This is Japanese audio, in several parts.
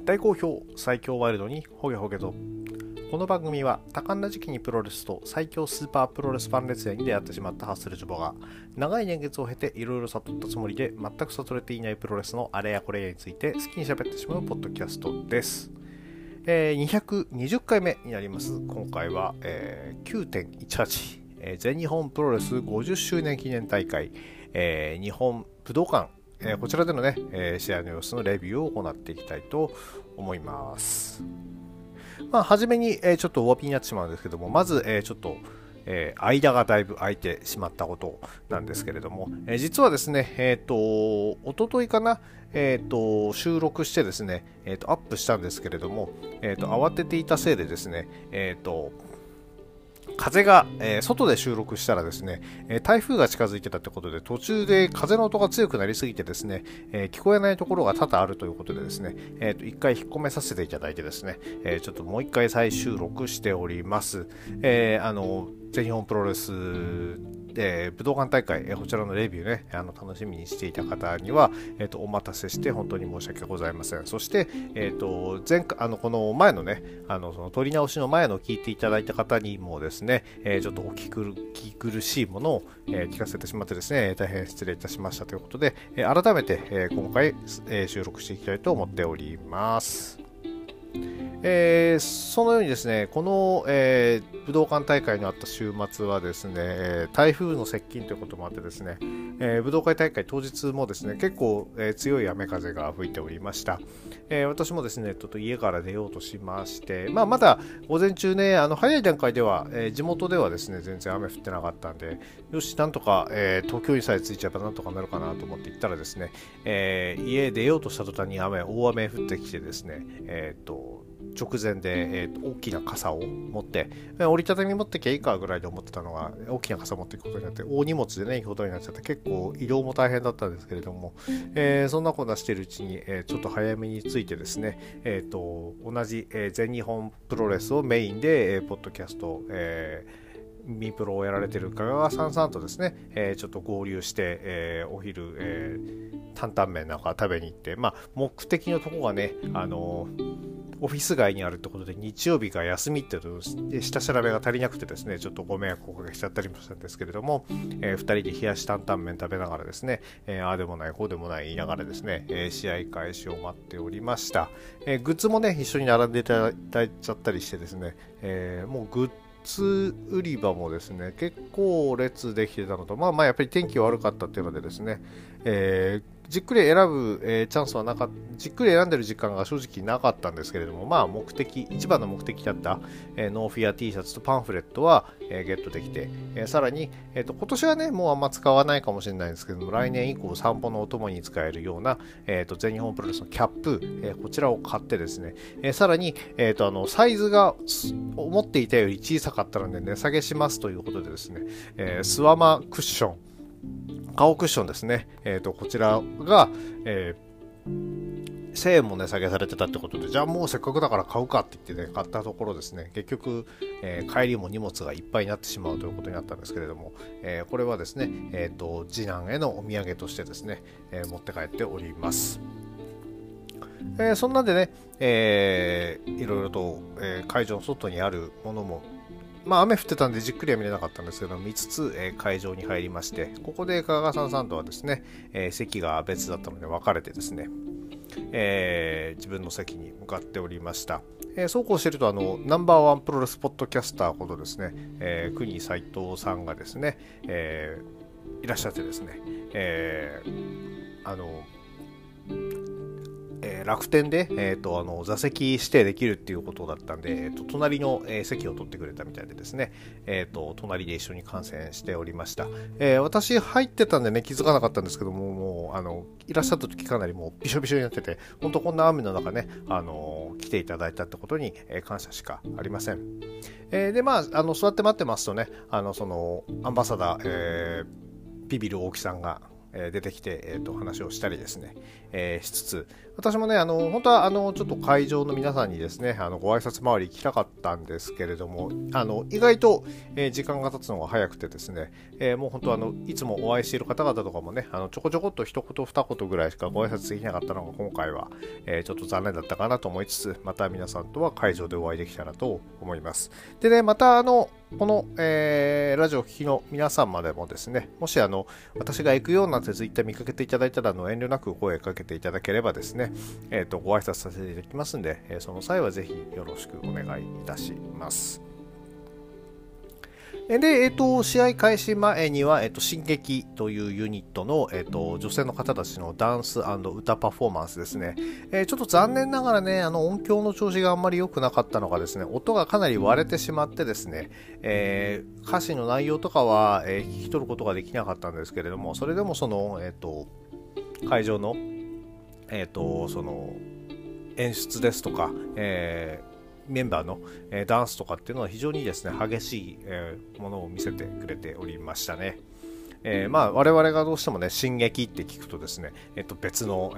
大好評最強ワイルドにホゲホゲと。この番組は多感な時期にプロレスと最強スーパープロレスファン列伝に出会ってしまったハッスルジョボが長い年月を経ていろいろ悟ったつもりで全く悟れていないプロレスのあれやこれやについて好きに喋ってしまうポッドキャストです。220回目になります。今回は、9.18、全日本プロレス50周年記念大会、日本武道館、こちらでのね、試合の様子のレビューを行っていきたいと思います。初めに、ちょっとお詫びになってしまうんですけども、まず、ちょっと、間がだいぶ空いてしまったことなんですけれども、実はですね、おとといかな、収録してですね、アップしたんですけれども、慌てていたせいでですね、風が、外で収録したらですね、台風が近づいてたってことで途中で風の音が強くなりすぎてですね、聞こえないところが多々あるということでですね、一回引っ込めさせていただいてですね、ちょっともう一回再収録しております。全日本プロレス武道館大会、こちらのレビューね、楽しみにしていた方には、お待たせして本当に申し訳ございません。そして、この前のね、その撮り直しの前の聞いていただいた方にもですね、ちょっとお聞き苦しいものを、聞かせてしまってですね、大変失礼いたしましたということで、改めて、今回、収録していきたいと思っております。そのようにですね、この、武道館大会のあった週末はですね、台風の接近ということもあってですね、武道会大会当日もですね、結構、強い雨風が吹いておりました。私もですね、ちょっと家から出ようとしまして、まだ午前中ね、早い段階では、地元ではですね、全然雨降ってなかったんで、よし、なんとか、東京にさえ着いちゃえばなんとかなるかなと思って行ったらですね、家出ようとした途端に大雨降ってきてですね、直前で、大きな傘を持って、折りたたみ持ってきゃいいかぐらいで思ってたのが、大きな傘持っていくことになって、大荷物でね、行くことになっちゃって、結構移動も大変だったんですけれども、そんなことしているうちに、ちょっと早めに着いてですね、同じ、全日本プロレスをメインで、ポッドキャスト、ミプロをやられている香川さんとですね、ちょっと合流して、お昼、担々麺なんか食べに行って、目的のとこがね、オフィス街にあるってことで日曜日が休みっていう下調べが足りなくてですね、ちょっとご迷惑をおかけしちゃったりもしたんですけれども、2人で冷やし担々麺食べながらですね、ああでもないこうでもない言いながらですね、試合開始を待っておりました。グッズもね一緒に並んでいただいちゃったりしてですね、もうグッズ売り場もですね結構列できてたのと、やっぱり天気悪かったっていうのでですね、じっくり選ぶ、チャンスはなかった、じっくり選んでる時間が正直なかったんですけれども、一番の目的だった、ノーフィア T シャツとパンフレットは、ゲットできて、さらに、今年はね、もうあんま使わないかもしれないんですけども、来年以降散歩のお供に使えるような、全日本プロレスのキャップ、こちらを買ってですね、さらに、サイズが思っていたより小さかったので値下げしますということでですね、スワマクッション、顔クッションですね、こちらが、1000円も値下げされてたってことで、じゃあもうせっかくだから買うかって言ってね、買ったところですね、結局、帰りも荷物がいっぱいになってしまうということになったんですけれども、これはですね、次男へのお土産としてですね、持って帰っております。そんなんでね、いろいろと、会場の外にあるものも雨降ってたんでじっくりは見れなかったんですけど見つつ、会場に入りまして、ここで香川さんとはですね、席が別だったので分かれてですね、自分の席に向かっておりました。そうこうしているとナンバーワンプロレスポッドキャスターことですね、国斉藤さんがですね、いらっしゃってですね、楽天で、座席指定できるっていうことだったんで、隣の、席を取ってくれたみたいでですね、隣で一緒に観戦しておりました。私入ってたんでね気づかなかったんですけども、いらっしゃった時かなりもうびしょびしょになってて、本当こんな雨の中ね、来ていただいたってことに、感謝しかありません。で座って待ってますとね、そのアンバサダー、ビビる大木さんが出てきて、話をしたりですね、しつつ、私もね、本当はちょっと会場の皆さんにですね、ご挨拶回り行きたかったんですけれども、意外と、時間が経つのが早くてですね、もう本当いつもお会いしている方々とかもね、ちょこちょこっと一言二言ぐらいしかご挨拶できなかったのが今回は、ちょっと残念だったかなと思いつつ、また皆さんとは会場でお会いできたらと思います。でね、またこの、ラジオを聴きの皆さんまでもですね、もし私が行くようなツイッター見かけていただいたら遠慮なく声かけていただければですね、ご挨拶させていただきますんで、その際はぜひよろしくお願いいたします。で、試合開始前には、進撃というユニットの、女性の方たちのダンス&歌パフォーマンスですね。ちょっと残念ながらね、音響の調子があんまり良くなかったのがですね、音がかなり割れてしまってですね、歌詞の内容とかは、聞き取ることができなかったんですけれども、それでもその、会場の、その、演出ですとか、メンバーの、ダンスとかっていうのは非常にですね激しい、ものを見せてくれておりましたね。まあ、我々がどうしてもね進撃って聞くとですね、別の、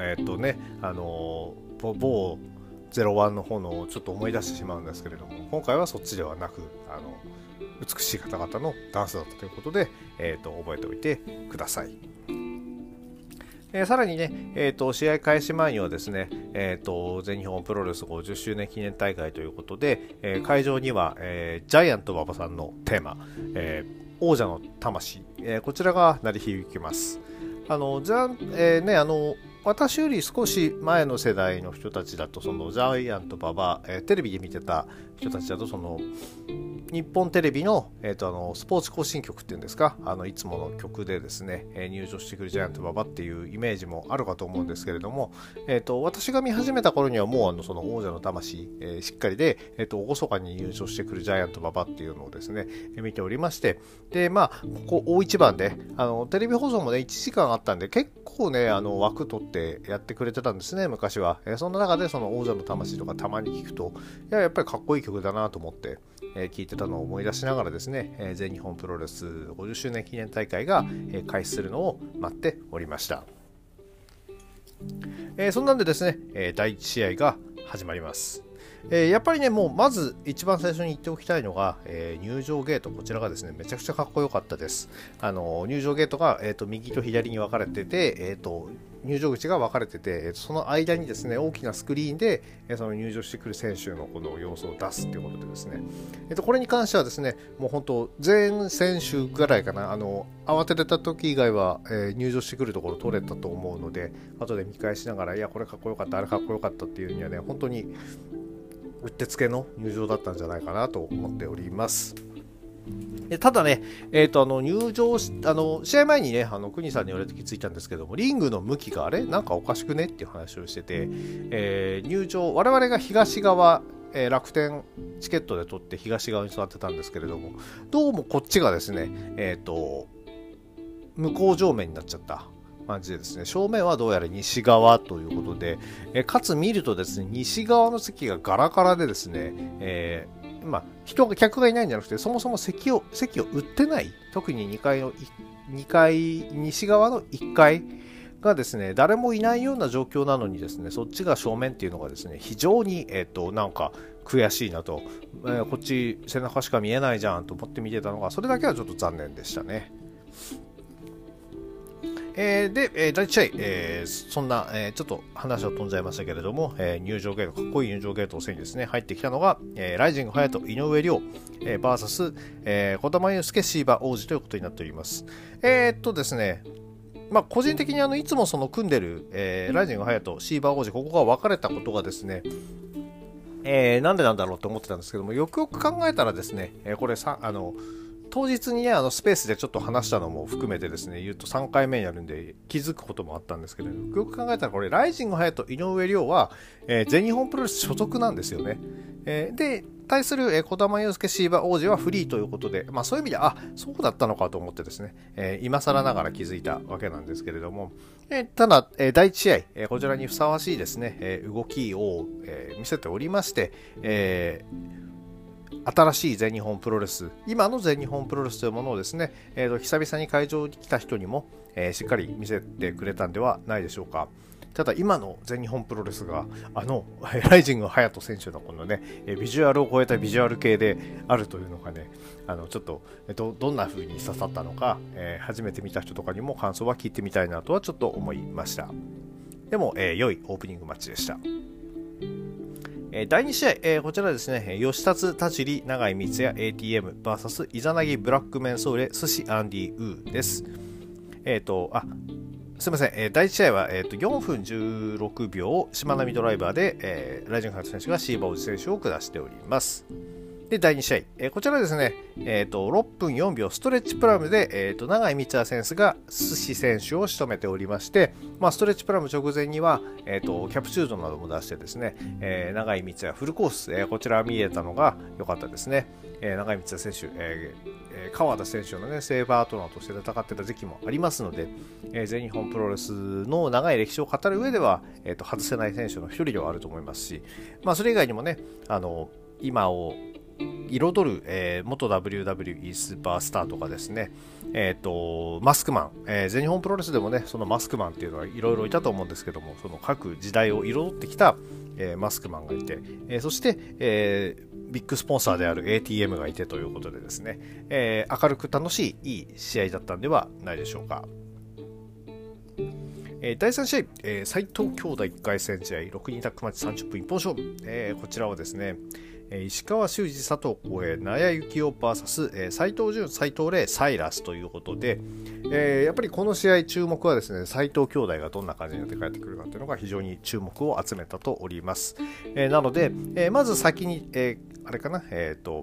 某01の方のをちょっと思い出してしまうんですけれども、今回はそっちではなく美しい方々のダンスだったということで、覚えておいてください。さらにね、試合開始前にはですね、全日本プロレス50周年記念大会ということで、会場には、ジャイアント馬場さんのテーマ、王者の魂、こちらが鳴り響きます。私より少し前の世代の人たちだと、そのジャイアント馬場、テレビで見てた人たちだと、その日本テレビの、スポーツ行進曲っていうんですか、いつもの曲でですね、入場してくるジャイアント馬場っていうイメージもあるかと思うんですけれども、私が見始めた頃にはもうその王者の魂、しっかりで、厳かに入場してくるジャイアント馬場っていうのをですね、見ておりまして、で、まあ、ここ大一番で、テレビ放送もね、1時間あったんで、結構ね、枠取ってやってくれてたんですね、昔は。そんな中で、その王者の魂とかたまに聞くと、やっぱりかっこいい曲だなと思って、聞いてたのを思い出しながらですね、全日本プロレス50周年記念大会が、開始するのを待っておりました。そんなんでですね、第1試合が始まります。やっぱりね、もうまず一番最初に言っておきたいのが、入場ゲート、こちらがですねめちゃくちゃかっこよかったです。入場ゲートが、右と左に分かれてて、入場口が分かれてて、その間にですね大きなスクリーンで、その入場してくる選手のこの様子を出すということでですね、これに関してはですね、もう本当全選手ぐらいかな、慌ててた時以外は、入場してくるところ取れたと思うので、後で見返しながら、いやこれかっこよかった、あれかっこよかったっていうにはね、本当にうってつけの入場だったんじゃないかなと思っております。ただね、入場し、試合前にね、国さんに言われて気づいたんですけども、リングの向きがあれなんかおかしくねっていう話をしてて、入場、我々が東側、楽天チケットで取って東側に座ってたんですけれども、どうもこっちがですね、向こう正面になっちゃった感じでですね、正面はどうやら西側ということで、かつ見るとですね、西側の席がガラガラでですね、客がいないんじゃなくて、そもそも席を売ってない、特に2階、西側の1階がですね、誰もいないような状況なのにですね、そっちが正面っていうのがですね、非常に、なんか悔しいなと、こっち背中しか見えないじゃんと思って見てたのが、それだけはちょっと残念でしたね。で、第1試合、そんな、ちょっと話は飛んじゃいましたけれども、入場ゲート、かっこいい入場ゲートを背にですね、入ってきたのが、ライジング隼人、井上涼、VS、児玉悠介、シーバ王子ということになっております。ですね、個人的にいつもその組んでる、ライジング隼人、シーバ王子、ここが分かれたことがですね、なんでなんだろうと思ってたんですけども、よくよく考えたらですね、これ当日にね、スペースでちょっと話したのも含めてですね、言うと3回目になるんで気づくこともあったんですけど、よくよく考えたらこれ、ライジング隼人、井上涼は、全日本プロレス所属なんですよね。で、対する児玉悠介シーバ王子はフリーということで、そういう意味で、そうだったのかと思ってですね、今更ながら気づいたわけなんですけれども、ただ、第1試合、こちらにふさわしいですね、動きを、見せておりまして、 新しい全日本プロレス、今の全日本プロレスというものをですね、久々に会場に来た人にも、しっかり見せてくれたんではないでしょうか。ただ今の全日本プロレスがライジング隼人選手のこのねビジュアルを超えたビジュアル系であるというのがね、ちょっとどんな風に刺さったのか、初めて見た人とかにも感想は聞いてみたいなとはちょっと思いました。でも、良いオープニングマッチでした。第2試合、こちらですね、吉達田尻永井光也 ATM vs イザナギブラックメンソーレ寿司アンディウーです。すみません、第1試合は、4分16秒しまなみドライバーで、ライジングハヤト選手がシーバーオジ選手を下しております。で、第2試合、こちらですね、6分4秒ストレッチプラムで、永井光也選手が寿司選手を仕留めておりまして、ストレッチプラム直前には、キャプチュードなども出してですね、永井光也フルコース、こちら見えたのが良かったですね。永井光也選手、川田選手の、ね、セーバートナーとして戦ってた時期もありますので、全日本プロレスの長い歴史を語る上では、外せない選手の一人ではあると思いますし、それ以外にもね、今を彩る、元 WWE スーパースターとかですね、マスクマン、全日本プロレスでもねそのマスクマンっていうのはいろいろいたと思うんですけども、その各時代を彩ってきた、マスクマンがいて、そして、ビッグスポンサーである ATM がいてということでですね、明るく楽しいいい試合だったんではないでしょうか。第3試合、斉藤兄弟1回戦試合6人タッグマッチ30分一本勝負、こちらはですね、石川修司佐藤浩平納谷幸雄 VS 斉藤潤斉藤麗サイラスということで、やっぱりこの試合注目はですね、斉藤兄弟がどんな感じになって帰ってくるかというのが非常に注目を集めたとおります。なので、まず先に、あれかな、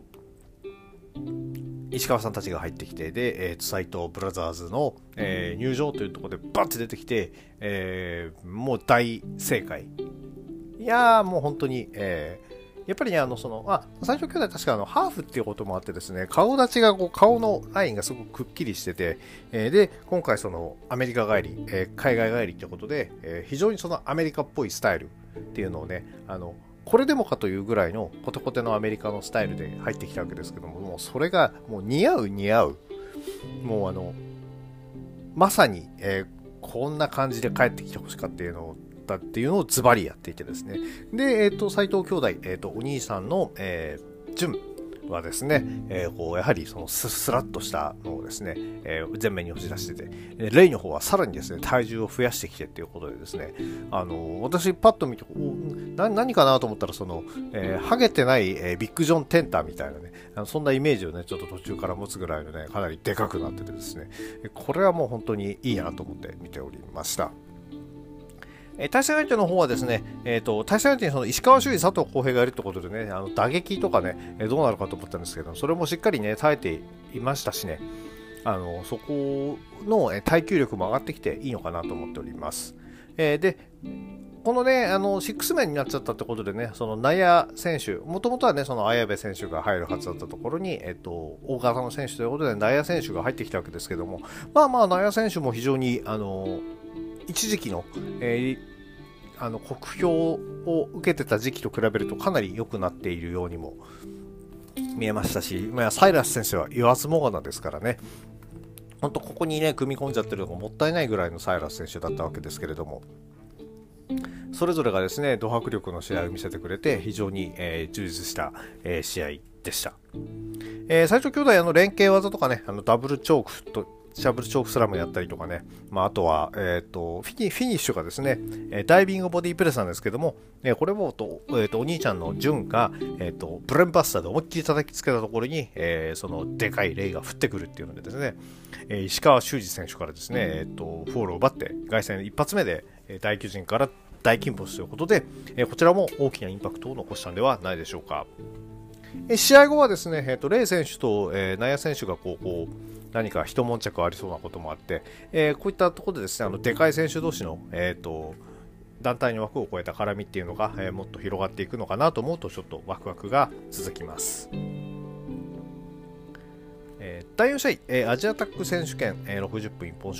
石川さんたちが入ってきて、で、斉藤ブラザーズの、入場というところでバッて出てきて、もう大正解。いやーもう本当に、やっぱりね、斉藤兄弟確かハーフっていうこともあってですね、顔立ちが顔のラインがすごくくっきりしてて、で、今回アメリカ帰り、海外帰りってことで、非常にアメリカっぽいスタイルっていうのをね、これでもかというぐらいのコテコテのアメリカのスタイルで入ってきたわけですけども、もうそれがもう似合う。もうまさに、こんな感じで帰ってきてほしかっていうのをズバリやっていてですね。で、斉藤兄弟、お兄さんの、潤はですね、やはりスラッとしたのをですね、前面に押し出してて、レイの方はさらにですね、体重を増やしてきてっていうことでですね、私パッと見て、何かなと思ったら、ハゲてない、ビッグジョン・テンターみたいなね、そんなイメージをね、ちょっと途中から持つぐらいのね、かなりでかくなっててですね、これはもう本当にいいなと思って見ておりました。対戦相手の方はですね、対戦相手に石川修司佐藤浩平がいるってことでね、打撃とかね、どうなるかと思ったんですけど、それもしっかりね、耐えていましたしね、そこの耐久力も上がってきていいのかなと思っております。で、このね、シックスメンになっちゃったってことでね、内野選手、もともとはね、綾部選手が入るはずだったところに、大型の選手ということで内野選手が入ってきたわけですけども、内野選手も非常に、一時期の、酷評を受けてた時期と比べるとかなり良くなっているようにも見えましたし、サイラス選手は言わずもがなですからね、本当ここにね組み込んじゃってるのがもったいないぐらいのサイラス選手だったわけですけれども、それぞれがですねド迫力の試合を見せてくれて非常に、充実した、試合でした。斉藤兄弟連携技とかね、ダブルチョークとダブルチョークスラムやったりとかね、あとは、フィニッシュがですね、ダイビングボディープレスなんですけども、これもお兄ちゃんのジュンが、ブレンバスターで思いっきり叩きつけたところに、そのでかいレイが降ってくるっていうのでですね、石川修司選手からですね、フォールを奪って凱旋一発目で大巨人から大金星ということで、こちらも大きなインパクトを残したんではないでしょうか。試合後はですね、レイ選手と、内野選手が何か一悶着ありそうなこともあって、こういったところでですね、でかい選手同士の、団体の枠を超えた絡みっていうのが、もっと広がっていくのかなと思うとちょっとワクワクが続きます。第4試合、アジアタック選手権、60分一本勝負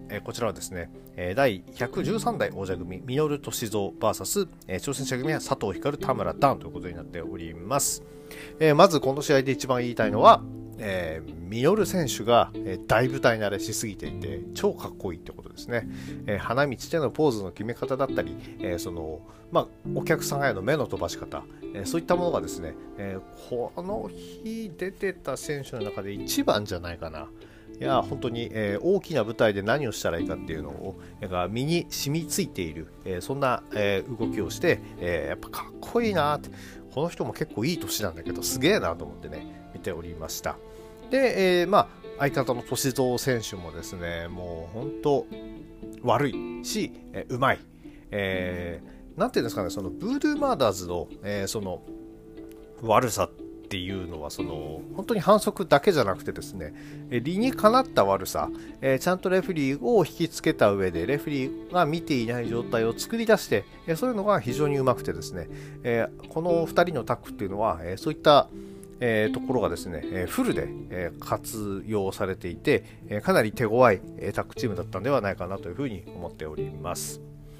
こちらはですね、第113代王者組ミノル歳三 VS、挑戦者組は佐藤光、田村段ということになっております。まずこの試合で一番言いたいのは、ミノル選手が、大舞台慣れしすぎていて超かっこいいってことですね。花道でのポーズの決め方だったり、お客さんへの目の飛ばし方、そういったものがですね、この日出てた選手の中で一番じゃないかな。いや本当に、大きな舞台で何をしたらいいかっていうのを身に染みついている、そんな、動きをして、やっぱかっこいいなって、この人も結構いい年なんだけどすげえなと思ってね見ておりました。で、相方の歳三選手もですね、もう本当悪いし、うまい、なんていうんですかね、そのブードゥーマーダーズの、その悪さっていうのは本当に反則だけじゃなくてですね、理にかなった悪さ、ちゃんとレフェリーを引きつけた上でレフェリーが見ていない状態を作り出して、そういうのが非常にうまくてですね、この2人のタッグっていうのは、そういったところがですね、フルで、活用されていて、かなり手強い、タッグチームだったんではないかなというふうに思っております。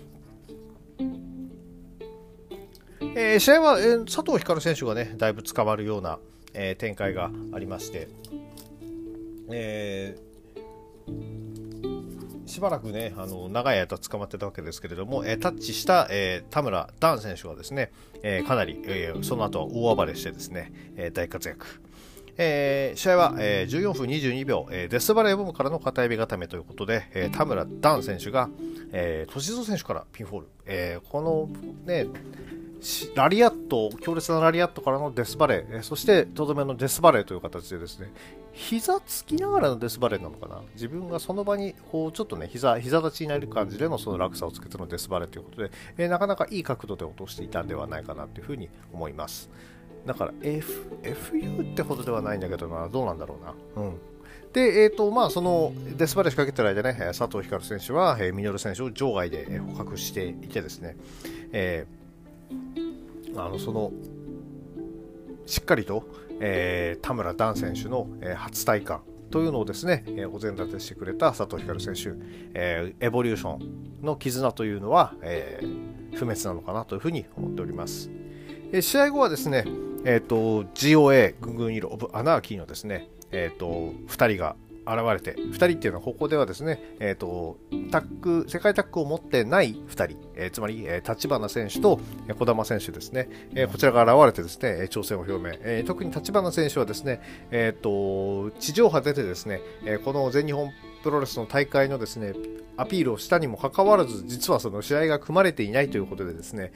試合は、佐藤光選手がねだいぶ捕まるような、展開がありまして、しばらくね長い間捕まってたわけですけれども、タッチした、田村段選手はですね、かなり、その後は大暴れしてですね、大活躍。試合は、14分22秒、デスバレーボムからの片指固めということで、田村段選手が、歳三選手からピンフォール、このねラリアット、強烈なラリアットからのデスバレー、そしてとどめのデスバレーという形でですね、膝つきながらのデスバレーなのかな、自分がその場にこうちょっとね膝立ちになる感じでのその落差をつけてのデスバレーということで、なかなかいい角度で落としていたんではないかなというふうに思います。だから FU ってほどではないんだけどな、どうなんだろうな。で、そのデスバレー仕掛けてる間ね、佐藤光選手は、ミノル選手を場外で捕獲していてですね、しっかりと、田村段選手の、初体感というのをですね、お膳立てしてくれた佐藤光選手、エボリューションの絆というのは、不滅なのかなというふうに思っております。試合後はですね、GOA ぐんぐん色オブアナーキーのですね、2人が現れて、2人っていうのはここではですね、世界タッグを持ってない2人、つまり、立花選手と児玉選手ですね、こちらが現れてですね、挑戦を表明、特に立花選手はですね、地上波出てですね、この全日本プロレスの大会のですね、アピールをしたにもかかわらず、実はその試合が組まれていないということでですね、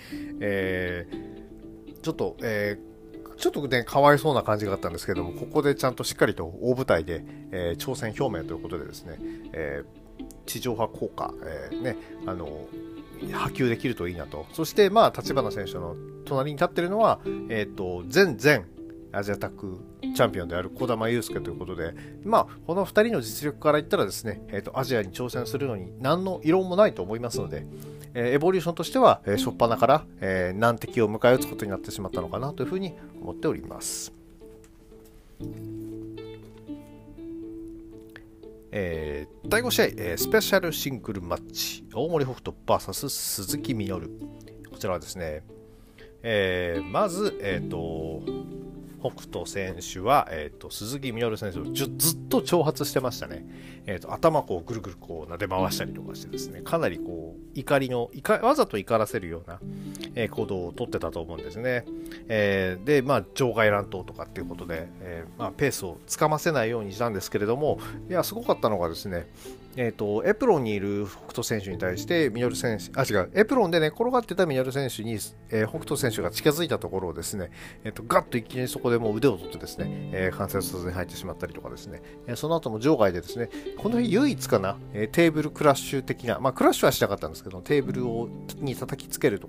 ちょっとね、かわいそうな感じがあったんですけども、ここでちゃんとしっかりと大舞台で、挑戦表明ということでですね、地上波効果、波及できるといいなと。そして、立花選手の隣に立っているのは、前アジアタッグチャンピオンである児玉悠介ということで、この2人の実力から言ったらですね、アジアに挑戦するのに何の異論もないと思いますので、エボリューションとしては、初っ端から、難敵を迎え撃つことになってしまったのかなというふうに思っております。第5試合、スペシャルシングルマッチ、大森北斗 VS 鈴木みのる。こちらはですね、まず、北斗選手は、鈴木みのる選手をずっと挑発してましたね。頭をぐるぐる撫で回したりとかしてですね、かなりわざと怒らせるような、行動をとってたと思うんですね。で、場外乱闘とかっていうことで、ペースをつかませないようにしたんですけれども、いや、すごかったのがですね、エプロンにいる北斗選手に対してミノル選手、エプロンで寝転がってたミノル選手に、北斗選手が近づいたところをですね、ガッと一気にそこでもう腕を取ってですね、関節に入ってしまったりとかですね、その後も場外でですね、この日唯一かな、テーブルクラッシュ的な、クラッシュはしなかったんですけど、テーブルに叩きつけるとかっていう、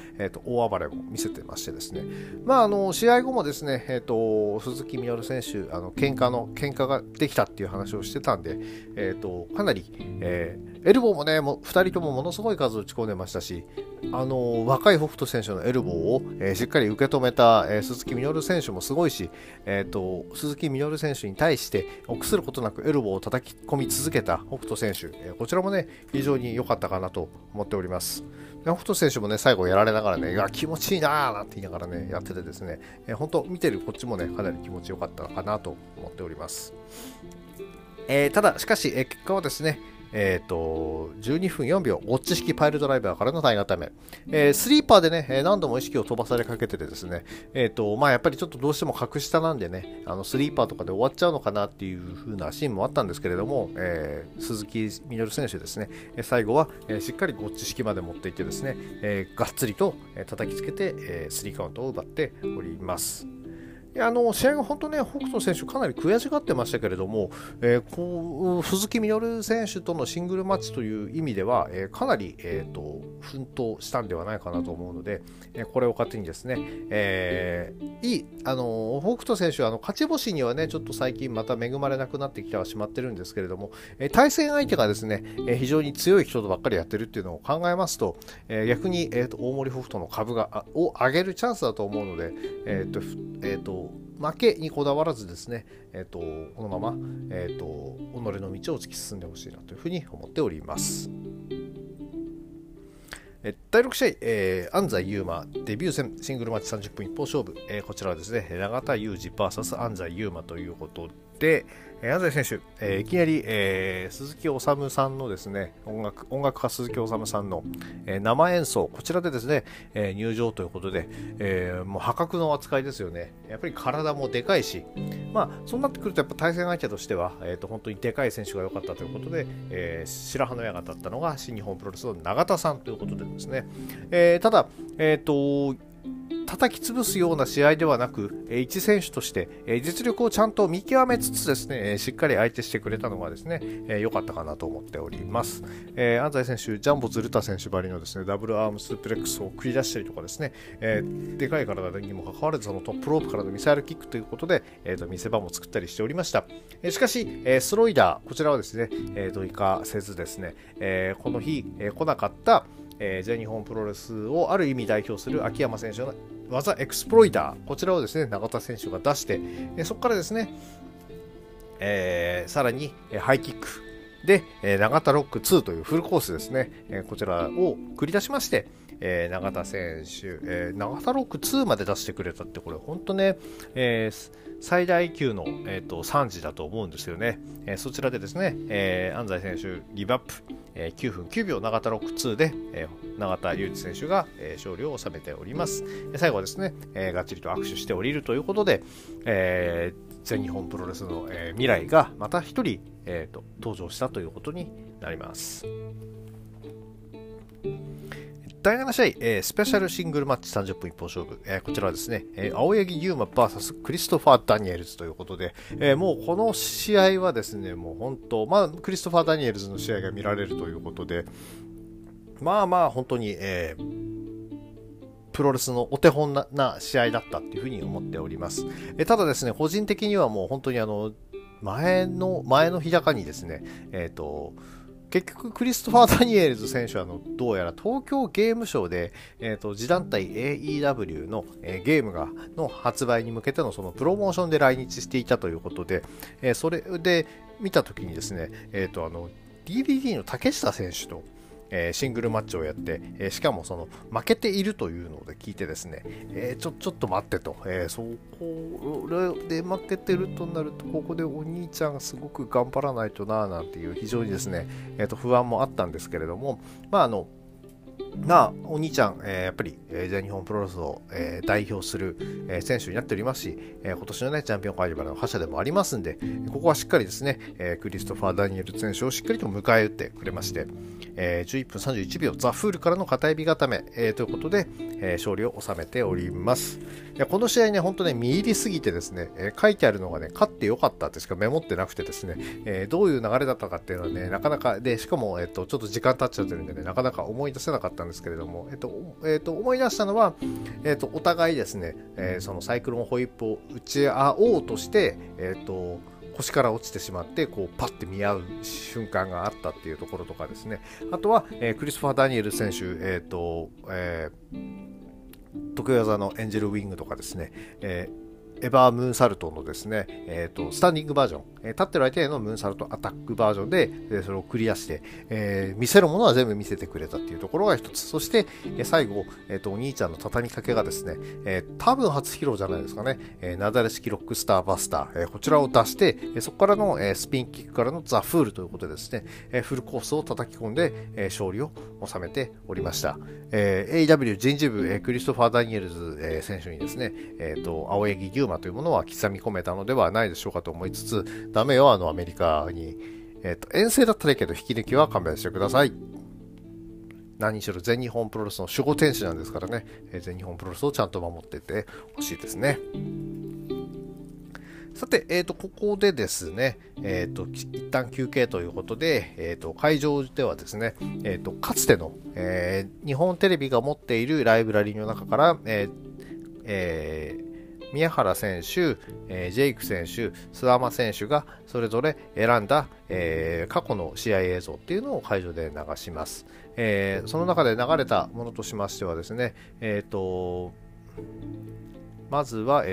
大暴れも見せてましてですね、試合後もですね、鈴木みのる選手、喧嘩ができたっていう話をしてたんで、かなり、エルボーもね、2人ともものすごい数打ち込んでましたし、若い北斗選手のエルボーを、しっかり受け止めた、鈴木みのる選手もすごいし、鈴木みのる選手に対して臆することなくエルボーを叩き込み続けた北斗選手、こちらもね非常に良かったかなと思っております。で北斗選手もね最後やられながらね、いや気持ちいいなーなんて言いながらねやっててですね、本当見てるこっちもねかなり気持ちよかったかなと思っております。ただしかし、結果はですね、12分4秒、ウォッチ式パイルドライバーからの体固め、スリーパーでね、何度も意識を飛ばされかけててですね、やっぱりちょっとどうしても格下なんでね、スリーパーとかで終わっちゃうのかなっていう風なシーンもあったんですけれども、鈴木みのる選手ですね、最後は、しっかりウォッチ式まで持っていってですね、がっつりと叩きつけて、スリーカウントを奪っております。試合が本当ね、北斗選手かなり悔しがってましたけれども、鈴木みのる選手とのシングルマッチという意味では、かなり、奮闘したんではないかなと思うので、これを糧にですね、北斗選手は勝ち星にはね、ちょっと最近また恵まれなくなってきてはしまってるんですけれども、対戦相手がですね、非常に強い人とばっかりやってるっていうのを考えますと、逆に、大森北斗の株を上げるチャンスだと思うので、負けにこだわらずですね、このまま、己の道を突き進んでほしいなというふうに思っております。第6試合、安西優真デビュー戦シングルマッチ30分一方勝負、こちらはですね永田裕二 VS 安西優真ということで、安西選手、いきなり、鈴木治さんのですね音楽家鈴木治さんの、生演奏こちらでですね、入場ということで、もう破格の扱いですよね。やっぱり体もでかいし、そうなってくるとやっぱ対戦相手としては、本当にでかい選手が良かったということで、白羽の矢が立ったのが新日本プロレスの永田さんということでですね、ただ、叩き潰すような試合ではなく、一選手として実力をちゃんと見極めつつですね、しっかり相手してくれたのがですね、良かったかなと思っております。安西選手、ジャンボ鶴田選手ばりのですねダブルアームスープレックスを繰り出したりとかですね、でかい体にもかかわらずそのトップロープからのミサイルキックということで、見せ場も作ったりしておりました。しかし、スロイダーこちらはですね、いかせずですね、この日、来なかった全日本プロレスをある意味代表する秋山選手の技エクスプロイダーこちらをですね永田選手が出して、そこからですね、さらにハイキックで永田ロック2というフルコースですね、こちらを繰り出しまして、永田選手、永田ロック2まで出してくれたってこれ本当ね、最大級の、惨事だと思うんですよね。そちらでですね、安西選手ギブアップ、9分9秒永田ロック2で、永田裕二選手が、勝利を収めております。最後はですね、がっちりと握手して降りるということで、全日本プロレスの、未来がまた一人、登場したということになります。第7試合、スペシャルシングルマッチ30分一方勝負、こちらはですね、青柳優馬 VS クリストファー・ダニエルズということで、もうこの試合はですね、もう本当、クリストファー・ダニエルズの試合が見られるということで、本当に、プロレスのお手本な試合だったというふうに思っております。ただですね、個人的にはもう本当に前の日高にですね、結局クリストファー・ダニエルズ選手はどうやら東京ゲームショウで、次団体 AEW の、ゲームの発売に向けてのそのプロモーションで来日していたということで、それで見たときにですね、DDT の竹下選手とシングルマッチをやって、しかもその負けているというので聞いてですね、ちょっと待ってと、そこで負けてるとなるとここでお兄ちゃんすごく頑張らないとななんていう非常にですね、不安もあったんですけれども、お兄ちゃん、やっぱり、全日本プロレスを、代表する、選手になっておりますし、今年のねチャンピオンカーニバルの覇者でもありますんで、ここはしっかりですね、クリストファー・ダニエル選手をしっかりと迎え撃ってくれまして、11分31秒ザ・フールからの片指固め、ということで、勝利を収めております。いやこの試合ね本当ね見入りすぎてですね、書いてあるのがね勝ってよかったってしかメモってなくてですね、どういう流れだったかっていうのはねなかなかで、しかも、ちょっと時間経っちゃってるんでねなかなか思い出せなかったんですけれども、思い出したのは、お互いですね、そのサイクロンホイップを打ち合おうとして、腰から落ちてしまってこうパッて見合う瞬間があったっていうところとかですね。あとは、クリストファー・ダニエル選手、得意技のエンジェルウィングとかですね、エバームーンサルトのですね、スタンディングバージョン、立ってる相手へのムーンサルトアタックバージョンで、それをクリアして、見せるものは全部見せてくれたっていうところが一つ。そして、最後、お兄ちゃんの畳みかけがですね、多分初披露じゃないですかね、なだれ式ロックスターバスター、こちらを出して、そこからの、スピンキックからのザ・フールということでですね、フルコースを叩き込んで、勝利を収めておりました。AEW 人事部、クリストファー・ダニエルズ、選手にですね、青柳牛馬というものは刻み込めたのではないでしょうかと思いつつ、ダメよ、アメリカに、遠征だったらいいけど引き抜きは勘弁してください。何しろ全日本プロレスの守護天使なんですからね、全日本プロレスをちゃんと守っていてほしいですね。さて、ここでですね、一旦休憩ということで、会場ではですね、かつての、日本テレビが持っているライブラリーの中から、宮原選手、ジェイク選手、諏訪間選手がそれぞれ選んだ、過去の試合映像っていうのを会場で流します。その中で流れたものとしましてはですね、まずは、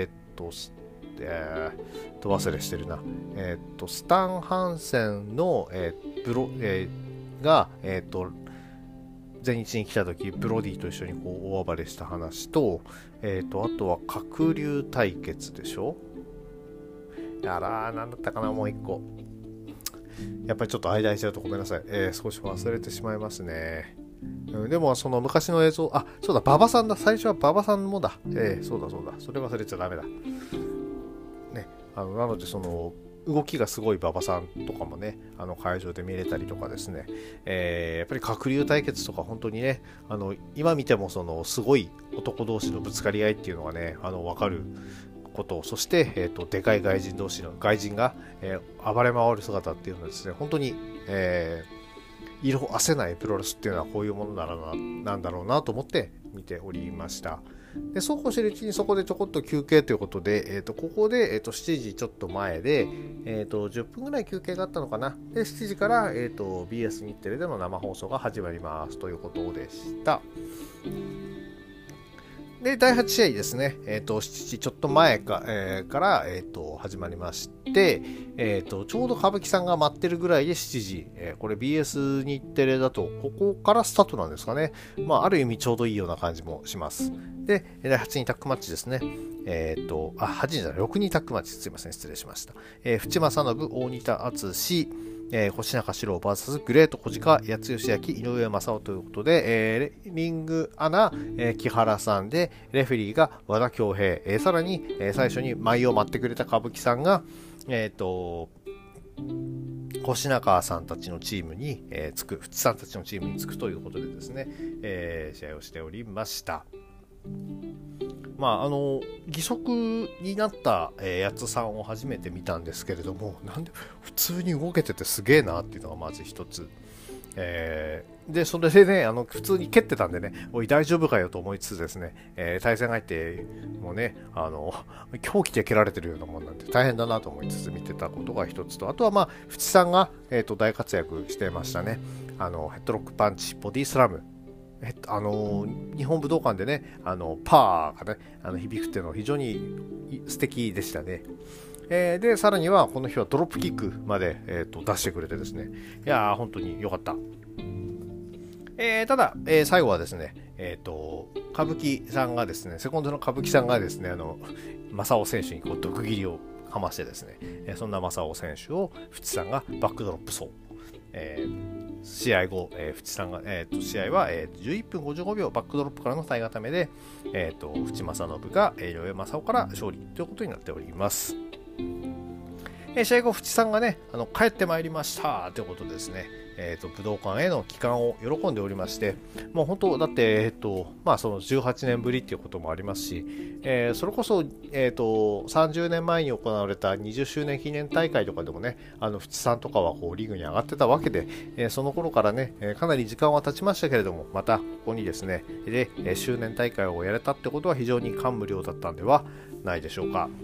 忘れしてるな。スタン・ハンセンの、が、全日に来た時ブロディと一緒にこう大暴れした話と、あとは鶴竜対決でしょ。やらー、なんだったかな、もう一個。やっぱりちょっと間空いちゃうとごめんなさい。少し忘れてしまいますね。でもその昔の映像、あ、そうだ、馬場さんだ。最初は馬場さんもだ。そうだ。それ忘れちゃダメだ。ね、なのでその動きがすごい馬場さんとかもね、会場で見れたりとかですね、やっぱり鶴竜対決とか本当にね、今見てもそのすごい男同士のぶつかり合いっていうのがね、分かること、そして、でかい外人同士の外人が、暴れ回る姿っていうのはですね、本当に、色褪せないプロレスっていうのはこういうものなんだろうなと思って見ておりました。で、そうこうしているうちにそこでちょこっと休憩ということで、ここで、7時ちょっと前で、10分ぐらい休憩があったのかな。で、7時から、BS 日テレでの生放送が始まりますということでした。で、第8試合ですね、7時ちょっと前から、始まりまして、ちょうど歌舞伎さんが待ってるぐらいで7時、これ BS 日テレだと、ここからスタートなんですかね。まあ、ある意味ちょうどいいような感じもします。で、第8人タッグマッチですね。8人じゃない、6人タッグマッチ、すいません、失礼しました。淵正信、大仁田敦、星中四郎 VS グレート小鹿、八津義明、井上正雄ということで、リングアナ、木原さんで、レフェリーが和田恭平、さらに、最初に舞を待ってくれた歌舞伎さんが、星中さんたちのチームに、淵さんたちのチームにつくということでですね、試合をしておりました。まあ、義足になった、八津さんを初めて見たんですけれども、なんで普通に動けててすげえなっていうのがまず一つ、でそれでね、普通に蹴ってたんでね、おい大丈夫かよと思いつつですね、対戦相手もね、狂気で蹴られてるようなもんなんで大変だなと思いつつ見てたことが一つと、あとはまあ淵さんが、大活躍してましたね。ヘッドロックパンチ、ボディスラム、日本武道館でね、パーがね、響くっていうのは非常に素敵でしたね。で、さらにはこの日はドロップキックまで、出してくれてですね、いやー、本当に良かった。ただ、最後はですね、歌舞伎さんがですね、セコンドの歌舞伎さんがですね、正雄選手にこう毒斬りをかましてですね、そんな正雄選手を淵さんがバックドロップ走。試合後、淵さんが、試合は、11分55秒バックドロップからの体固めで、淵正信が、井上正雄から勝利ということになっております。 試合後、淵さんがね、帰ってまいりましたということでですね、武道館への帰還を喜んでおりまして、もう本当、だって、その18年ぶりっていうこともありますし、それこそ、30年前に行われた20周年記念大会とかでもね、淵さんとかはこうリーグに上がってたわけで、その頃からね、かなり時間は経ちましたけれども、またここにですね、で、周年大会をやれたってことは非常に感無量だったんではないでしょうか。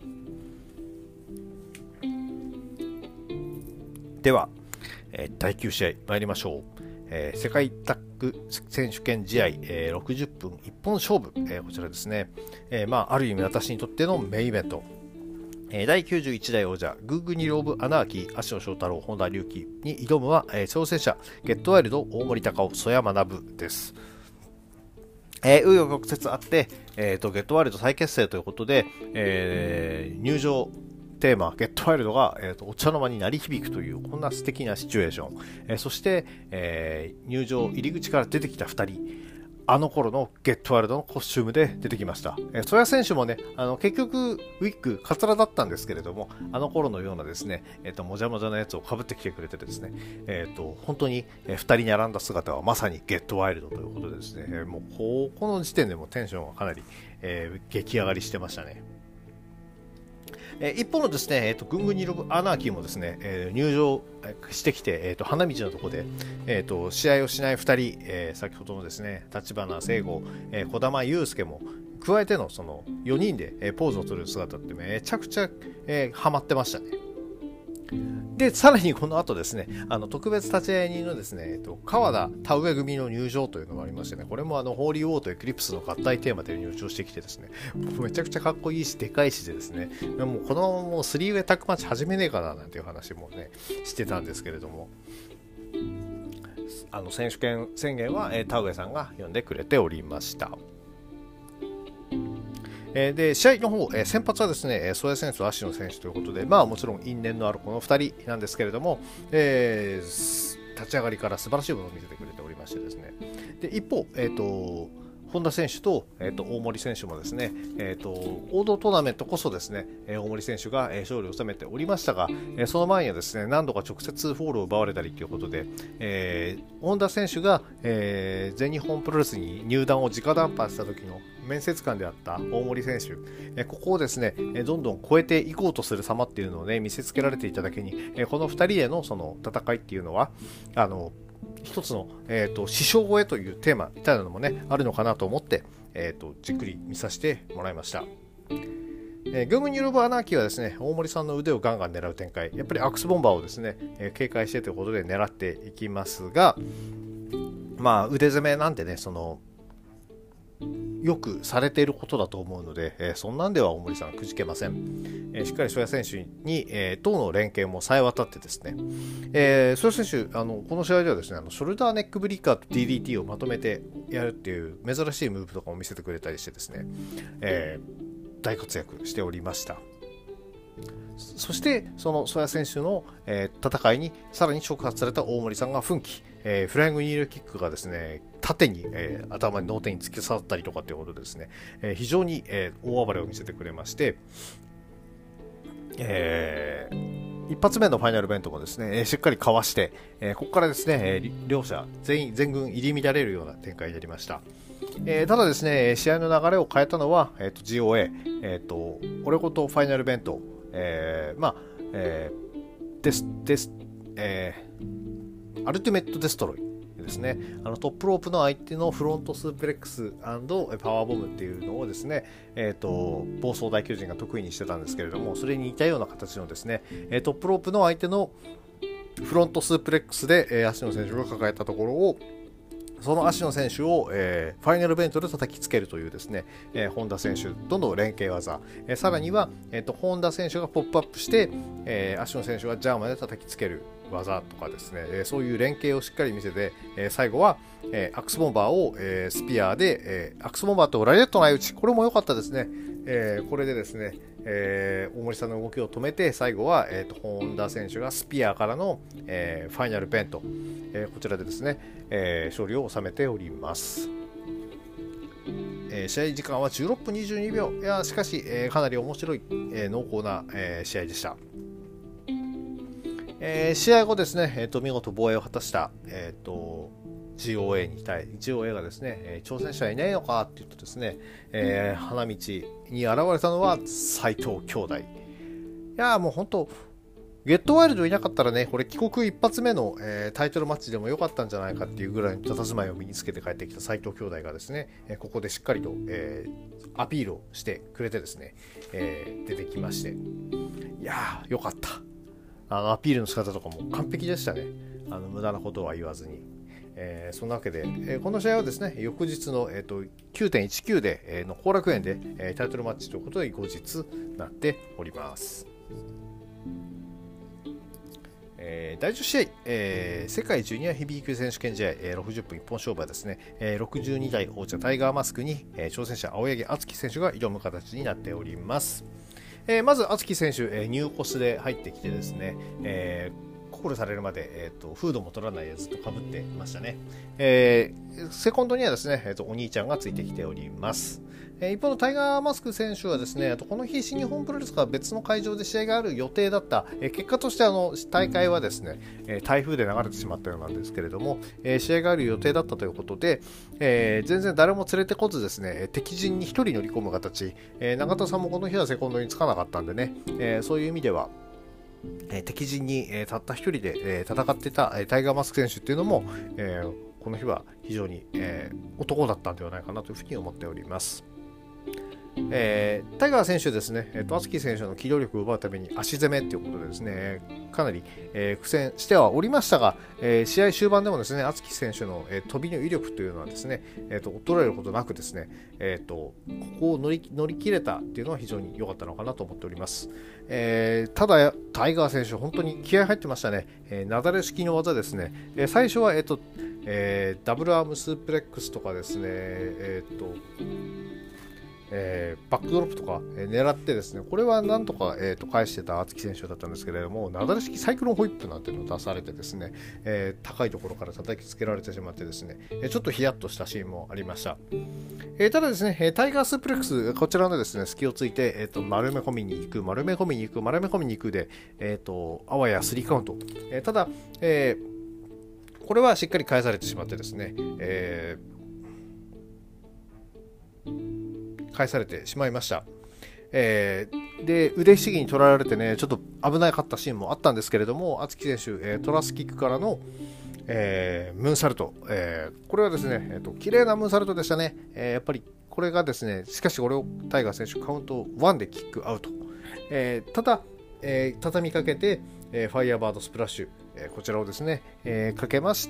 では、第9試合参りましょう。世界タッグ選手権試合、60分一本勝負、こちらですね、ある意味私にとってのメインイベント、第91代王者グーグニル・オブ・アナーキー、芦野翔太郎、本田隆起に挑むは、挑戦者ゲットワイルド、大森隆夫、曽山学です。紆余曲折あって、ゲットワイルド再結成ということで、入場テーマゲットワイルドが、お茶の間に鳴り響くというこんな素敵なシチュエーション、そして、入場入り口から出てきた2人、あの頃のゲットワイルドのコスチュームで出てきました。曽谷選手もね、結局ウィッグカツラだったんですけれども、あの頃のようなですね、もじゃもじゃなやつをかぶってきてくれてですね、本当に2人並んだ姿はまさにゲットワイルドということでですね、もうこの時点でもテンションはかなり、激上がりしてましたね。一方のですね、グングニル・アナーキーもですね、入場してきて、花道のところで、試合をしない2人、先ほどのですね、立花聖吾、児玉悠介も加えてのその4人で、ポーズを取る姿ってめちゃくちゃ、ハマってましたね。で、さらにこの後ですね、特別立ち会い人のですね、川田田植組の入場というのがありましてね、これもホーリーウォーとエクリプスの合体テーマで入場してきてですね、めちゃくちゃかっこいいし、でかいしでですね、もうこのままもう3ウェイタッグマッチ始めねえかななんていう話もね、してたんですけれども、選手権宣言は、田植さんが読んでくれておりました。で試合の方、先発はですね、曽谷選手と芦野選手ということで、もちろん因縁のあるこの2人なんですけれども、立ち上がりから素晴らしいものを見せてくれておりましてですね、で一方、本田選手と、大森選手もですね、王道トーナメントこそですね、大森選手が、勝利を収めておりましたが、その前にはですね、何度か直接フォールを奪われたりということで、本田選手が、全日本プロレスに入団を直談判した時の面接官であった大森選手、ここをですね、どんどん超えていこうとする様っていうのをね、見せつけられていただけに、この2人でのその戦いっていうのは一つの、師匠超えというテーマみたいなのもねあるのかなと思って、じっくり見させてもらいました。グムニュルブ・アナーキーはですね、大森さんの腕をガンガン狙う展開、やっぱりアクスボンバーをですね、警戒してということで狙っていきますが、腕攻めなんてね、よくされていることだと思うので、そんなんでは大森さんくじけません。しっかり曽谷選手に、との連携もさえ渡ってですね、曽谷選手この試合ではですね、ショルダーネックブリッカーと DDT をまとめてやるっていう珍しいムーブとかも見せてくれたりしてですね、大活躍しておりました。そしてその曽谷選手の、戦いにさらに触発された大森さんが奮起、フライングニールキックがですね縦に、頭に脳天に突き刺さったりとかということでですね、非常に、大暴れを見せてくれまして、一発目のファイナルベントもですね、しっかりかわして、ここからですね、両者全軍入り乱れるような展開になりました。ただですね、試合の流れを変えたのは、GOA、俺ごとファイナルベント、アルティメットデストロイですね、トップロープの相手のフロントスープレックス&パワーボムっていうのをですね、暴走大巨人が得意にしてたんですけれども、それに似たような形のですね、トップロープの相手のフロントスープレックスで、芦野選手が抱えたところを、その芦野選手を、ファイナルベントで叩きつけるというですね、本田選手との連携技、さらには、本田選手がポップアップして、芦野選手がジャーマンで叩きつける技とかですね、そういう連携をしっかり見せて、最後は、アクスボンバーを、スピアで、アクスボンバーとラリエットの相打ち、これも良かったですね。これでですね、大森さんの動きを止めて、最後は、本田選手がスピアからの、ファイナルベント、こちらでですね、勝利を収めております。試合時間は16分22秒。いやしかし、かなり面白い、濃厚な、試合でした。 試合後ですね、見事防衛を果たした、GOA がですね、挑戦者いないのかって言うとですね、花道に現れたのは斉藤兄弟。いやーもう本当、ゲットワイルドいなかったらね、これ帰国一発目の、タイトルマッチでも良かったんじゃないかっていうぐらいの佇まいを身につけて帰ってきた斉藤兄弟がですね、ここでしっかりと、アピールをしてくれてですね、出てきまして、いやー良かった。アピールの仕方とかも完璧でしたね。無駄なことは言わずに。そんなわけで、この試合はですね、翌日の、9.19 で、の後楽園で、タイトルマッチということで後日なっております。第10試合、世界ジュニアヘビー級選手権試合、60分一本勝負はですね、62代王者タイガーマスクに、挑戦者青柳敦樹選手が挑む形になっております。まず敦樹選手、ニューコスで入ってきてですね、コールされるまで、フードも取らないでずっとかぶってましたね。セコンドにはですね、お兄ちゃんがついてきております。一方のタイガーマスク選手はですね、この日新日本プロレスが別の会場で試合がある予定だった、結果として大会はですね、台風で流れてしまったようなんですけれども、試合がある予定だったということで、全然誰も連れてこずですね、敵陣に1人乗り込む形、永田さんもこの日はセコンドにつかなかったんでね、そういう意味では敵陣にたった1人で戦っていたタイガーマスク選手っていうのも、この日は非常に男だったんではないかなというふうに思っております。タイガー選手ですね、敦樹選手の機動力を奪うために足攻めということでですね、かなり、苦戦してはおりましたが、試合終盤でもですね、敦樹選手の、飛びの威力というのはですね、衰えることなくですね、ここを乗り切れたというのは非常に良かったのかなと思っております。ただタイガー選手本当に気合入ってましたね。なだれ式の技ですね、最初は、ダブルアームスープレックスとかですね、バックドロップとか、狙ってですね、これはなんとか、返してた敦樹選手だったんですけれども、なだれ式サイクロンホイップなんていうのを出されてですね、高いところから叩きつけられてしまってですね、ちょっとヒヤッとしたシーンもありました。ただですね、タイガースープレックス、こちらのですね、隙をついて、丸め込みに行く、丸め込みに行く、丸め込みに行くで、あわや3カウント。ただ、これはしっかり返されてしまってですね、返されてしまいました。で腕ひしぎに取られてね、ちょっと危なかったシーンもあったんですけれども、敦樹選手、トラスキックからの、ムーンサルト、これはですね、綺麗なムーンサルトでしたね。やっぱりこれがですね、しかしこれをタイガー選手カウント1でキックアウト。ただ、畳みかけて、ファイヤーバードスプラッシュ、こちらをですね、かけまして、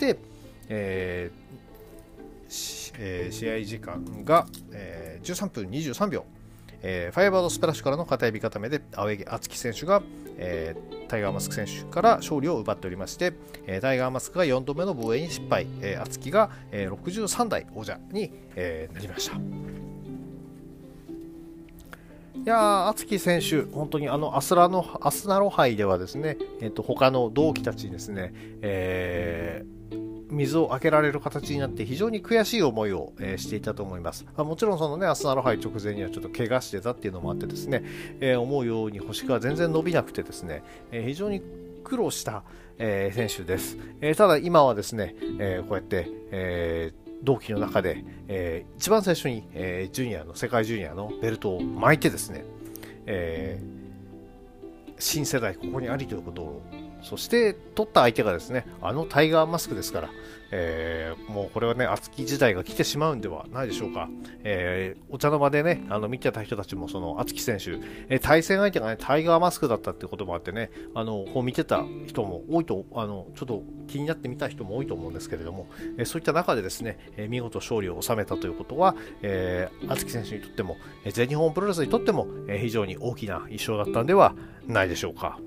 試合時間が、13分23秒、ファイアバードスプラッシュからの片指固めで青柳敦樹選手が、タイガーマスク選手から勝利を奪っておりまして、タイガーマスクが4度目の防衛に失敗、敦樹が、63代王者に、なりました。いや敦樹選手、本当にアスナロ杯ではですね、他の同期たちにですね、水をあけられる形になって非常に悔しい思いを、していたと思います。もちろんそのね、アスナロ杯直前にはちょっと怪我してたっていうのもあってですね、思うように星が全然伸びなくてですね、非常に苦労した、選手です。ただ今はですね、こうやって、同期の中で、一番最初に、世界ジュニアのベルトを巻いてですね、新世代ここにありということを、そして取った相手がですね、タイガーマスクですから、もうこれはね、敦樹時代が来てしまうんではないでしょうか。お茶の間でね、見てた人たちもその敦樹選手、対戦相手がね、タイガーマスクだったってこともあってね、こう見てた人も多いと、ちょっと気になって見た人も多いと思うんですけれども、そういった中でですね、見事勝利を収めたということは、敦樹選手にとっても、全日本プロレスにとっても、非常に大きな一勝だったんではないでしょうか。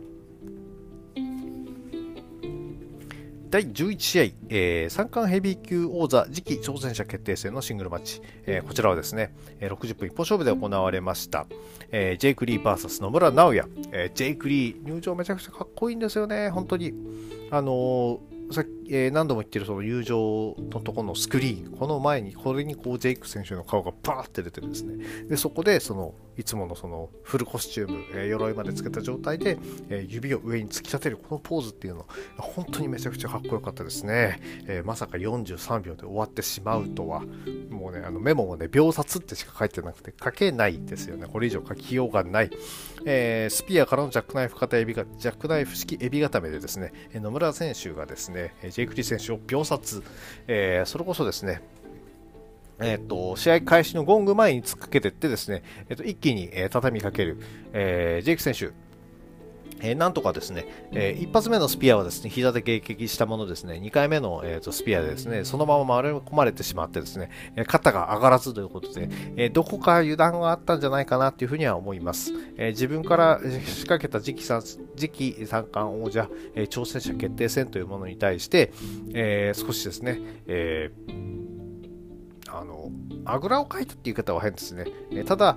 第11試合、三冠ヘビー級王座次期挑戦者決定戦のシングルマッチ、こちらはですね、60分一本勝負で行われました。ジェイク・リー VS 野村直哉、ジェイク・リー入場めちゃくちゃかっこいいんですよね、本当に。 何度も言ってるその友情のところのスクリーン、この前に、これにこうジェイク選手の顔がパーって出てですね、でそこでそのいつものそのフルコスチューム、鎧までつけた状態で、指を上に突き立てるこのポーズっていうの、本当にめちゃくちゃかっこよかったですね。まさか43秒で終わってしまうとは、もうね、メモもね、秒殺ってしか書いてなくて、書けないですよね。これ以上書きようがない。スピアからのジャックナイフ型エビが、ジャックナイフ式エビ固めでですね、野村選手がですね、ジェイク・リー選手を秒殺、それこそですね、試合開始のゴング前に突っかけていってですね、一気に、畳みかける、ジェイク選手、なんとかですね、一発目のスピアはですね、膝で迎撃したものですね、2回目の、スピアでですね、そのまま回り込まれてしまってですね、肩が上がらずということで、どこか油断があったんじゃないかなというふうには思います。自分から仕掛けた次期三冠王者、挑戦者決定戦というものに対して、少しですね、あぐらをかいたっていう言い方は変ですね。ただ、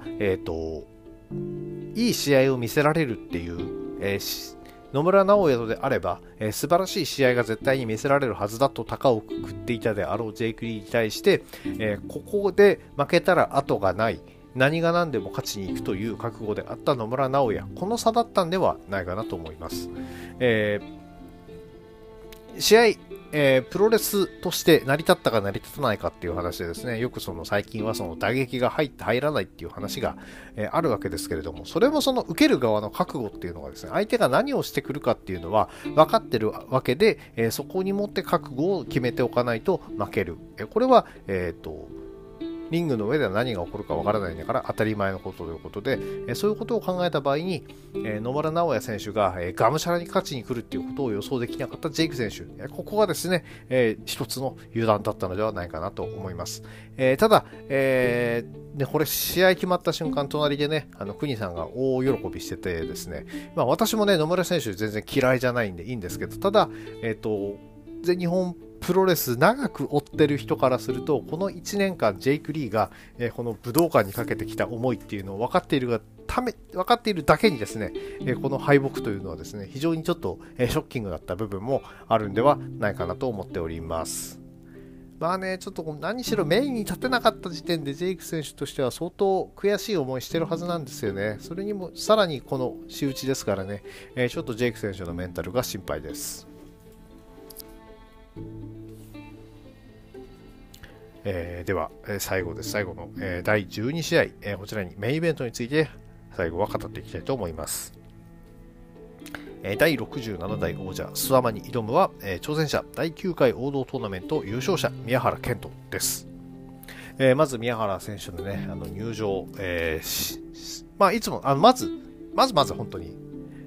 いい試合を見せられるっていう、野村直哉であれば、素晴らしい試合が絶対に見せられるはずだと高をくくっていたであろうジェイク・リーに対して、ここで負けたら後がない、何が何でも勝ちに行くという覚悟であった野村直哉、この差だったんではないかなと思います。試合、プロレスとして成り立ったか成り立たないかっていう話でですね、よくその最近はその打撃が入って入らないっていう話が、あるわけですけれども、それもその受ける側の覚悟っていうのがですね、相手が何をしてくるかっていうのは分かってるわけで、そこに持って覚悟を決めておかないと負ける。これは、リングの上では何が起こるかわからないんだから当たり前のことということで、そういうことを考えた場合に、野村直哉選手が、がむしゃらに勝ちに来るっていうことを予想できなかったジェイク選手、ここがですね、一つの油断だったのではないかなと思います。ただ、これ試合決まった瞬間、隣でね、国さんが大喜びしててですね、私もね、野村選手全然嫌いじゃないんでいいんですけど、ただ、全日本プロレス長く追ってる人からすると、この1年間ジェイク・リーが、この武道館にかけてきた思いっていうのを分かっているだけにですね、この敗北というのはですね、非常にちょっと、ショッキングだった部分もあるんではないかなと思っております。ちょっと何しろメインに立てなかった時点でジェイク選手としては相当悔しい思いしてるはずなんですよね。それにもさらにこの仕打ちですからね、ちょっとジェイク選手のメンタルが心配です。では、最後です。最後の、第12試合、こちらにメインイベントについて最後は語っていきたいと思います。第67代王者諏訪間に挑むは、挑戦者第9回王道トーナメント優勝者宮原健人です。まず宮原選手のね、入場、いつもまず本当に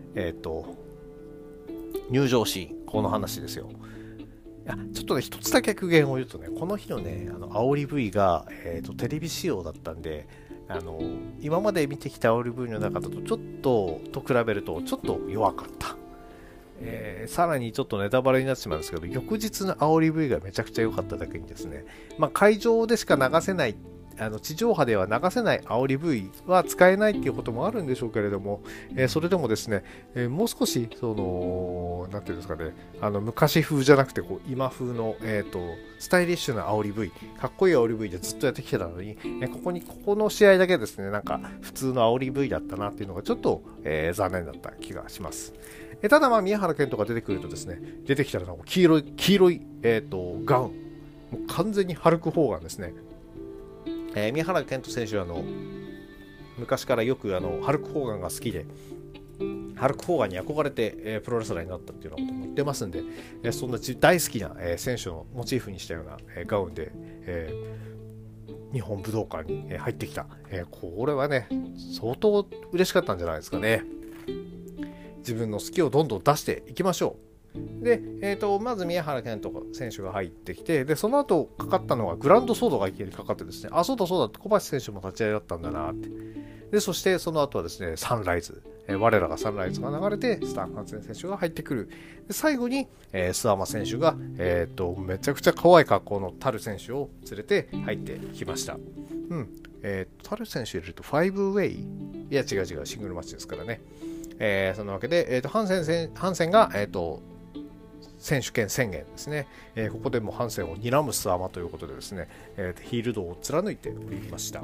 入場シーン、この話ですよ。ちょっとね、一つだけ苦言を言うとね、この日のね、煽り V が、テレビ仕様だったんで、今まで見てきた煽り V の中だと、ちょっと比べると、ちょっと弱かった。さらにちょっとネタバレになってしまうんですけど、翌日の煽り V がめちゃくちゃ良かっただけにですね、会場でしか流せない、地上波では流せない煽り V は使えないっていうこともあるんでしょうけれども、それでもですね、もう少しなんていうんですかね、昔風じゃなくて今風の、スタイリッシュな煽り V、かっこいい煽り V でずっとやってきてたのに、ここの試合だけですね、なんか普通の煽り V だったなっていうのがちょっと、残念だった気がします。ただ宮原健人が出てくるとですね、出てきたら黄色い、ガウン、もう完全にハルク・ホーガンですね。宮原健人選手は昔からよくハルク・ホーガンが好きで、ハルク・ホーガンに憧れて、プロレスラーになったっていうようなことも言ってますんで、そんな大好きな、選手をモチーフにしたような、ガウンで、日本武道館に入ってきた、これはね相当嬉しかったんじゃないですかね。自分の好きをどんどん出していきましょう。で、まず宮原健人選手が入ってきて、でその後かかったのがグランドソードがいきなりかかってですね、そうだ小橋選手も立ち会いだったんだなって。でそしてその後はですね、サンライズ、我らがサンライズが流れてスタン・ハンセン選手が入ってくる。で最後に、諏訪間選手が、めちゃくちゃ可愛い格好のタル選手を連れて入ってきました。タル選手入れると5ウェイ、いや違うシングルマッチですからね。そのわけで、ハンセンが、 選手権宣言ですね、ここでもハンセンを睨むスアマということでですね、ヒールドを貫いておりました。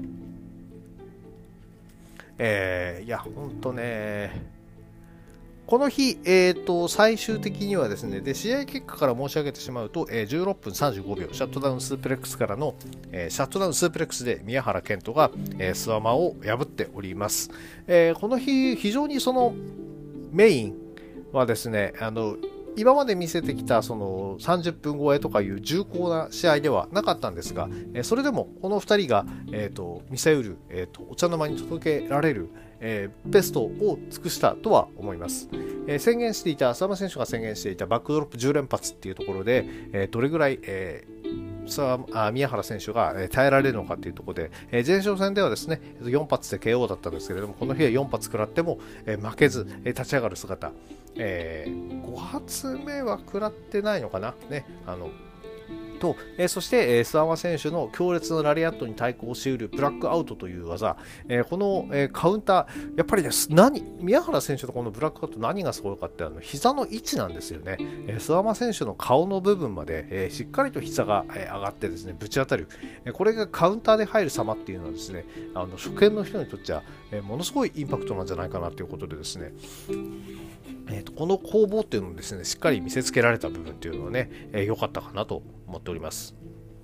いや本当ね、この日、最終的にはですね、で試合結果から申し上げてしまうと、16分35秒、シャットダウンスープレックスからの、シャットダウンスープレックスで宮原健人が、スアマを破っております。この日、非常にそのメインはですね、今まで見せてきたその30分超えとかいう重厚な試合ではなかったんですが、それでもこの2人が、見せうる、お茶の間に届けられる、ベストを尽くしたとは思います。宣言していた、浅間選手が宣言していたバックドロップ10連発っていうところで、どれぐらい、宮原選手が耐えられるのかというところで、前哨戦ではですね4発で KO だったんですけれども、この日は4発食らっても負けず立ち上がる姿、5発目は食らってないのかな、ね、とそして、スアマ選手の強烈なラリアットに対抗しうるブラックアウトという技、この、カウンター、やっぱりね、宮原選手のこのブラックアウト何がすごいかって膝の位置なんですよね。スアマ選手の顔の部分まで、しっかりと膝が、上がってですねぶち当たる、これがカウンターで入る様っていうのはですね、初見の人にとっては、ものすごいインパクトなんじゃないかなということでですね、この攻防っていうのをですねしっかり見せつけられた部分っていうのはね良かったかなと思っております。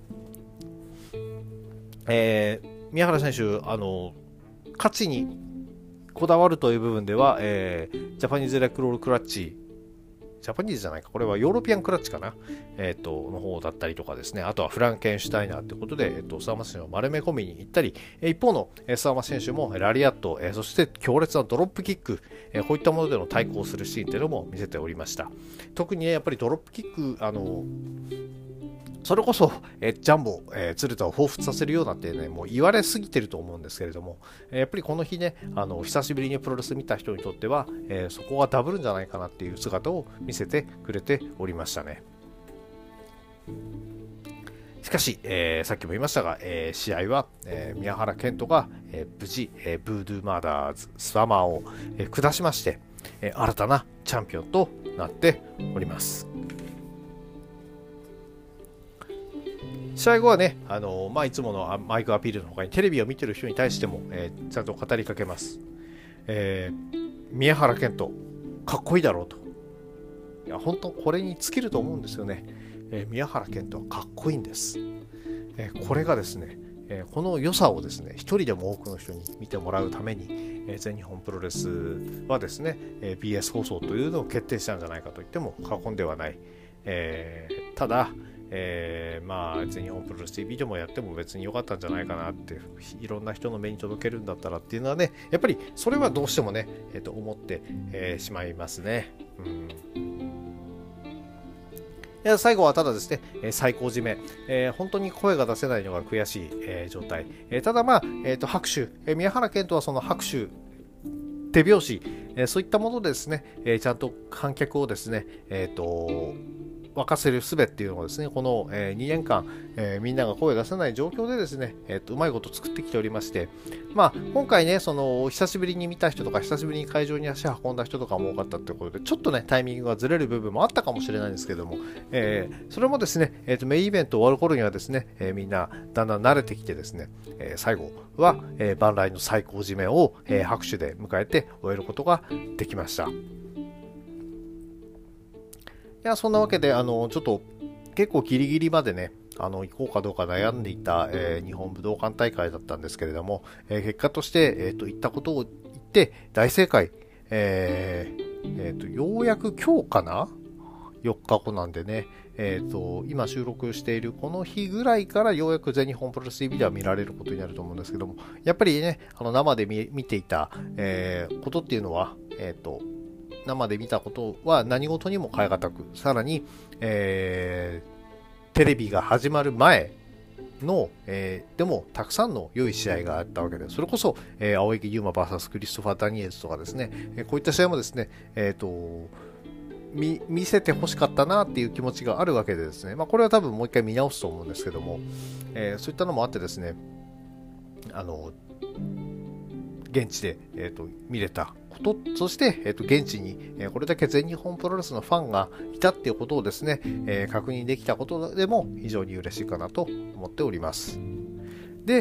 宮原選手勝ちにこだわるという部分では、ジャパニーズレッグロールクラッチ、ジャパニーズじゃないか、これはヨーロピアンクラッチかな、の方だったりとかですね、あとはフランケンシュタイナーということで、スアマ選手を丸め込みに行ったり、一方のスアマ選手もラリアット、そして強烈なドロップキック、こういったものでの対抗するシーンというのも見せておりました。特にね、やっぱりドロップキック、それこそ、ジャンボ、鶴田を彷彿させるようなってね、もう言われすぎてると思うんですけれども、やっぱりこの日ね、久しぶりにプロレス見た人にとっては、そこがダブるんじゃないかなっていう姿を見せてくれておりましたね。しかし、さっきも言いましたが、試合は、宮原健人が、無事、ブードゥーマーダーズスアマーを、下しまして、新たなチャンピオンとなっております。試合後はね、いつものマイクアピールの他にテレビを見てる人に対しても、ちゃんと語りかけます。宮原健人、かっこいいだろうと。いや、本当これに尽きると思うんですよね。宮原健人はかっこいいんです。これがですね、この良さをですね、一人でも多くの人に見てもらうために、全日本プロレスはですね、BS 放送というのを決定したんじゃないかと言っても過言ではない。ただ、全日本プロレス TV でもやっても別に良かったんじゃないかなって、いろんな人の目に届けるんだったらっていうのはね、やっぱりそれはどうしてもね、思って、しまいますね。いや最後はただですね、最高締め、本当に声が出せないのが悔しい、状態、ただ拍手、宮原健人はその拍手手拍子、そういったものでですね、ちゃんと観客をですね、沸かせる術っていうのをですね、この、2年間、みんなが声を出せない状況でですね、うまいこと作ってきておりまして、今回ね、久しぶりに見た人とか、久しぶりに会場に足を運んだ人とかも多かったということで、ちょっとね、タイミングがずれる部分もあったかもしれないんですけども、それもですね、メインイベント終わる頃にはですね、みんなだんだん慣れてきてですね、最後は、万来の最高締めを、拍手で迎えて終えることができました。いやそんなわけでちょっと結構ギリギリまでね行こうかどうか悩んでいた、日本武道館大会だったんですけれども、結果として、言ったことを言って大正解、ようやく今日かな4日後なんでね、今収録しているこの日ぐらいからようやく全日本プロレス TV では見られることになると思うんですけども、やっぱりね生で見ていた、ことっていうのは生で見たことは何事にも代え難く、さらに、テレビが始まる前の、でもたくさんの良い試合があったわけで、それこそ、青柳優馬 VS クリストファー・ダニエルズとかですね、こういった試合もですね、見せてほしかったなっていう気持ちがあるわけでですね、これは多分もう一回見直すと思うんですけども、そういったのもあってですね、 現地で、見れたこと、そして、現地に、これだけ全日本プロレスのファンがいたっていうことをですね、確認できたことでも非常に嬉しいかなと思っております。で、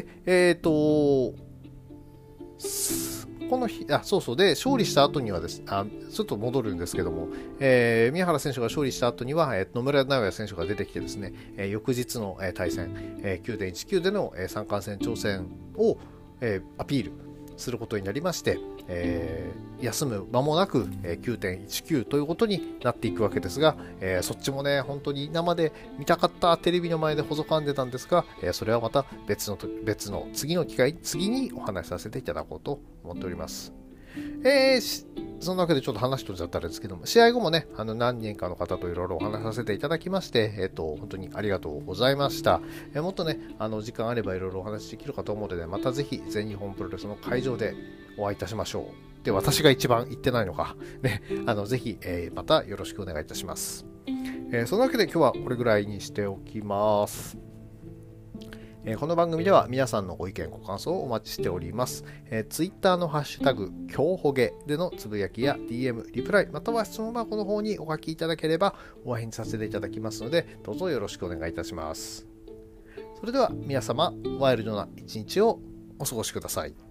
この日、そうそう、で、勝利した後にはですね、ちょっと戻るんですけども、宮原選手が勝利した後には、野村直哉選手が出てきてですね、翌日の、対戦、9.19 での、三冠戦挑戦を、アピールすることになりまして、休む間もなく、9.19 ということになっていくわけですが、そっちもね、本当に生で見たかった、テレビの前で細かんでたんですが、それはまた別の次の機会、次にお話しさせていただこうと思っております。そんなわけでちょっと話しとっちゃったんですけども、試合後もね、何人かの方といろいろお話しさせていただきまして、本当にありがとうございました。もっとね、時間あればいろいろお話しできるかと思うので、またぜひ全日本プロレスの会場でお会いいたしましょう。で、私が一番行ってないのか。ね、ぜひ、またよろしくお願いいたします。そのわけで今日はこれぐらいにしておきます。この番組では皆さんのご意見ご感想をお待ちしております。Twitter のハッシュタグ今日ほげでのつぶやきや DM、リプライまたは質問箱の方にお書きいただければお返事させていただきますので、どうぞよろしくお願いいたします。それでは皆様ワイルドな一日をお過ごしください。